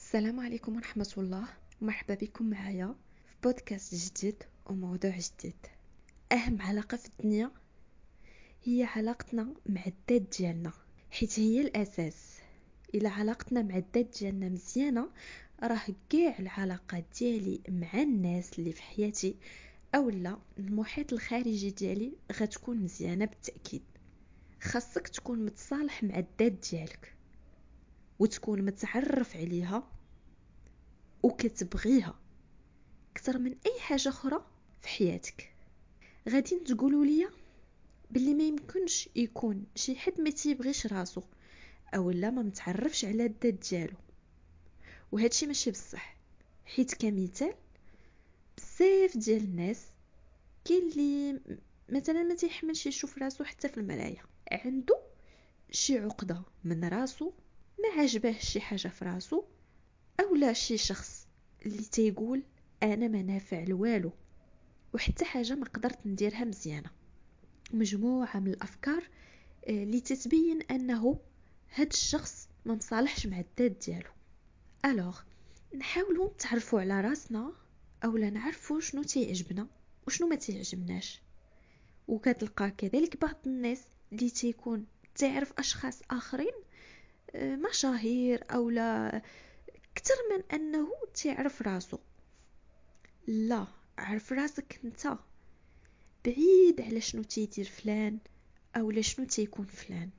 السلام عليكم ورحمة الله. مرحبا بكم معايا في بودكاست جديد وموضوع جديد. أهم علاقة في الدنيا هي علاقتنا مع الذات ديالنا، حيث هي الأساس. إلى علاقتنا مع الذات ديالنا مزيانة، راه كاع العلاقات ديالي مع الناس اللي في حياتي أو لا المحيط الخارجي ديالي غتكون مزيانة بالتأكيد. خاصك تكون متصالح مع الذات ديالك وتكون متعرف عليها وكتبغيها أكثر من أي حاجة أخرى في حياتك. غادي تقولوا لي باللي ما يمكنش يكون شي حد ما تيبغيش راسو أو لا ما متعرفش على الذات ديالو، وهادشي ماشي بصح. حيت كمثال بزاف ديال الناس كاين اللي مثلا ما تيحملش يشوف راسو حتى في المرايه، عنده شي عقده من راسو، ما عجبه شي حاجه في راسو، او لا شي شخص اللي تيقول انا ما نافع لوالو وحتى حاجه ما قدرت نديرها مزيانه. مجموعه من الافكار اللي تتبين انه هاد الشخص ما مصالحش مع الذات ديالو. الوغ نحاولوا نتعرفوا على راسنا اولا نعرفوا شنو تيعجبنا وشنو ما تيعجبناش. وكتلقى كذلك بعض الناس اللي تيكون تعرف اشخاص اخرين مشاهير او لا اكثر من انه تعرف راسو. لا، عرف راسك انت بعيد على شنو تيدير فلان او لا شنو تيكون فلان.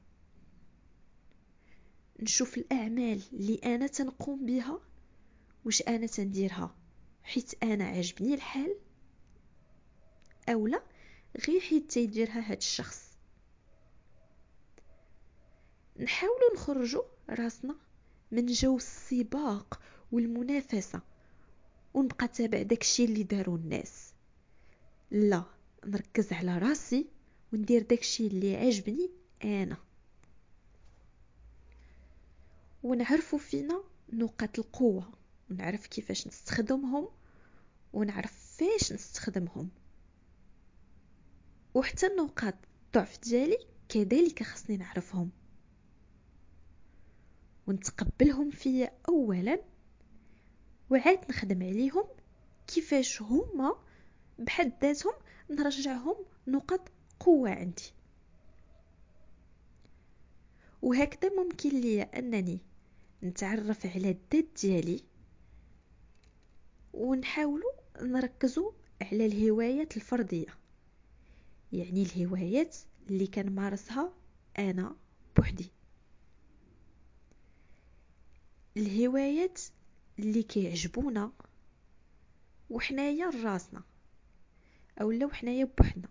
نشوف الاعمال اللي انا تنقوم بها واش انا تنديرها حيت انا عجبني الحال او لا غير حيت تيديرها هاد الشخص. نحاولوا نخرجوا راسنا من جو السباق والمنافسه ونبقى تابع داكشي اللي داروا الناس. لا، نركز على راسي وندير داكشي اللي عجبني انا، ونعرفوا فينا نقاط القوه ونعرف كيفاش نستخدمهم ونعرف فاش نستخدمهم. وحتى النقاط الضعف ديالي كذلك خصني نعرفهم ونتقبلهم فيا اولا، وعاد نخدم عليهم كيفاش هما بحد ذاتهم نرجعهم نقاط قوة عندي. وهكذا ممكن لي أنني نتعرف على الذات ديالي ونحاولوا نركزوا على الهوايات الفردية، يعني الهوايات اللي كنمارسها أنا بوحدي، الهوايات اللي كيعجبونا وحنايا راسنا او لو حنايا بوحدنا.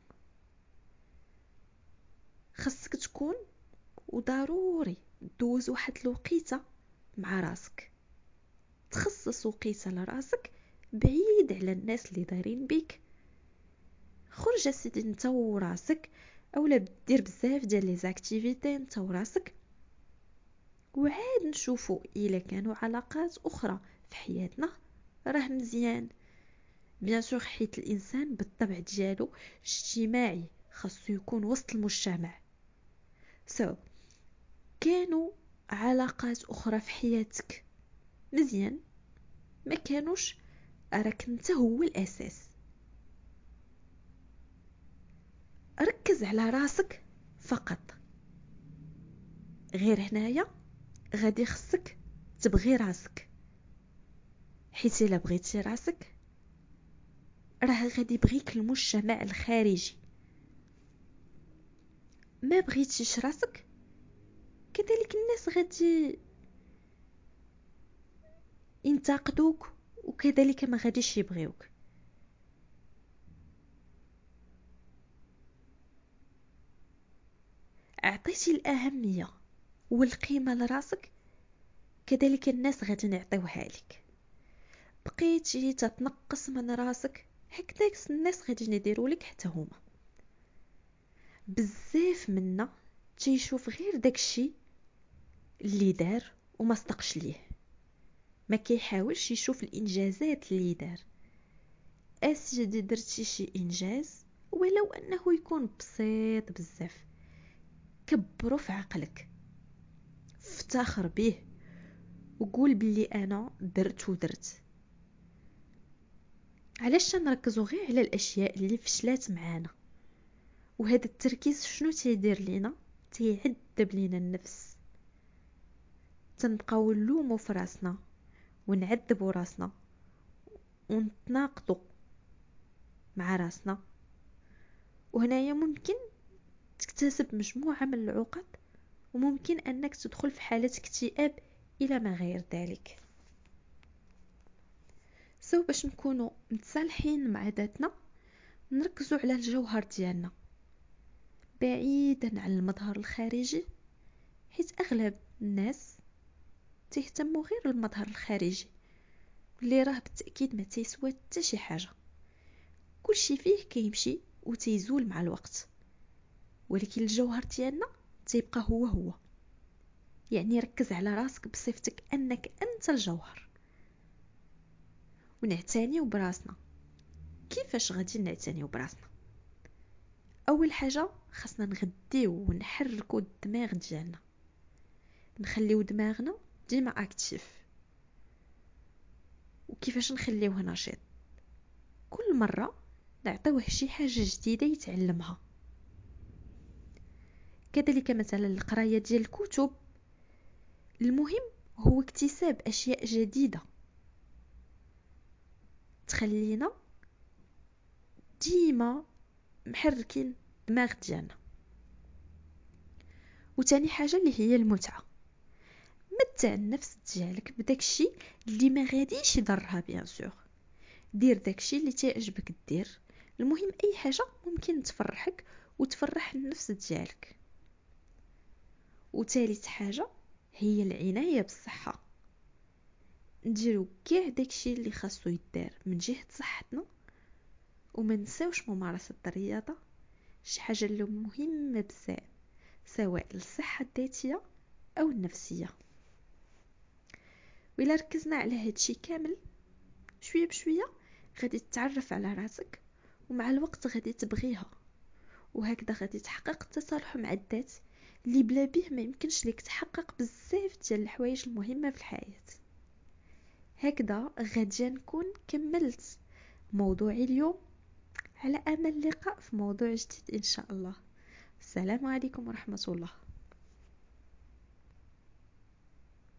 خاصك تكون وضروري دوز واحد الوقيته مع راسك، تخصص وقيته لراسك بعيد على الناس اللي دايرين بيك. خرج سيدي انت وراسك اولا دير بزاف ديال لي زاكتيفيتي انت وراسك، وعاد نشوفوا الا كانوا علاقات اخرى في حياتنا راه مزيان. بيان سور حيت الانسان بالطبع ديالو اجتماعي، خاصو يكون وسط المجتمع. كانوا علاقات اخرى في حياتك مزيان، ما كانوش راك انت هو الاساس. ركز على راسك فقط. غير هنايا غادي خصك تبغي راسك، حيت الا بغيتي راسك راه غادي يبغيك المجتمع الخارجي. ما بغيتيش راسك كذلك الناس غادي ينتقدوك وكذلك ما غاديش يبغيوك. اعطيتي الاهميه والقيمه لراسك كذلك الناس غادي يعطيوها لك. بقيتي تتنقص من راسك هكذاك الناس غادي يديروا لك حتى هما. بزاف منا تيشوف غير داكشي اللي دار وما صدقش ليه، ما كيحاولش يشوف الانجازات اللي دار. اسيدي درتي شي انجاز ولو انه يكون بسيط بزاف، كبروا في عقلك، افتخر به وقول باللي انا درت ودرت. علاش نركزوا غير على الاشياء اللي فشلات معانا؟ وهذا التركيز شنو تيدير لينا؟ تيعذب لينا النفس، تنبقاو نلومو في راسنا ونعذبوا راسنا ونتناقضوا مع راسنا. وهنايا ممكن تكتسب مجموعة من العقد، وممكن انك تدخل في حالة اكتئاب الى ما غير ذلك. باش نكونوا متصالحين مع ذاتنا، نركزوا على الجوهر ديالنا بعيدا عن المظهر الخارجي، حيت اغلب الناس تهتموا غير بالمظهر الخارجي اللي راه بالتاكيد ما تيسوى حتى شي حاجه. كل شيء فيه كيمشي وتيزول مع الوقت، ولكن الجوهر ديالنا تيبقى هو هو. يعني ركز على راسك بصفتك انك انت الجوهر، ونعتنيو براسنا. كيفاش غادي نعتنيو براسنا؟ اول حاجه خاصنا نغديو ونحركو الدماغ ديالنا، نخليو دماغنا ديما اكتيف. وكيفاش نخليوه نشيط؟ كل مره نعطيوه شي حاجه جديده يتعلمها. كذلك مثلا القرايه ديال الكتب، المهم هو اكتساب اشياء جديده تخلينا ديما محركين الدماغ ديالنا. وتاني حاجه اللي هي المتعه، متع النفس ديالك بداك الشيء اللي ما غاديش يضرها. بيان سور دير داك الشيء اللي تعجبك دير، المهم اي حاجه ممكن تفرحك وتفرح النفس ديالك. وثالث حاجه هي العنايه بالصحه، نديرو كاع داكشي اللي خاصو يدار من جهه صحتنا، وما نساوش ممارسه الرياضه، شي حاجه اللي مهمه بزاف سواء للصحه الذاتيه او النفسيه. وإلا ركزنا على هادشي كامل شويه بشويه غادي تتعرف على راسك، ومع الوقت غادي تبغيها، وهكذا غادي تحقق التصالح مع الذات اللي بلا به ما يمكنش ليك تحقق بزاف ديال الحوايج المهمه في الحياه. هكذا غادي نكون كملت موضوعي اليوم، على امل اللقاء في موضوع جديد ان شاء الله. السلام عليكم ورحمه الله.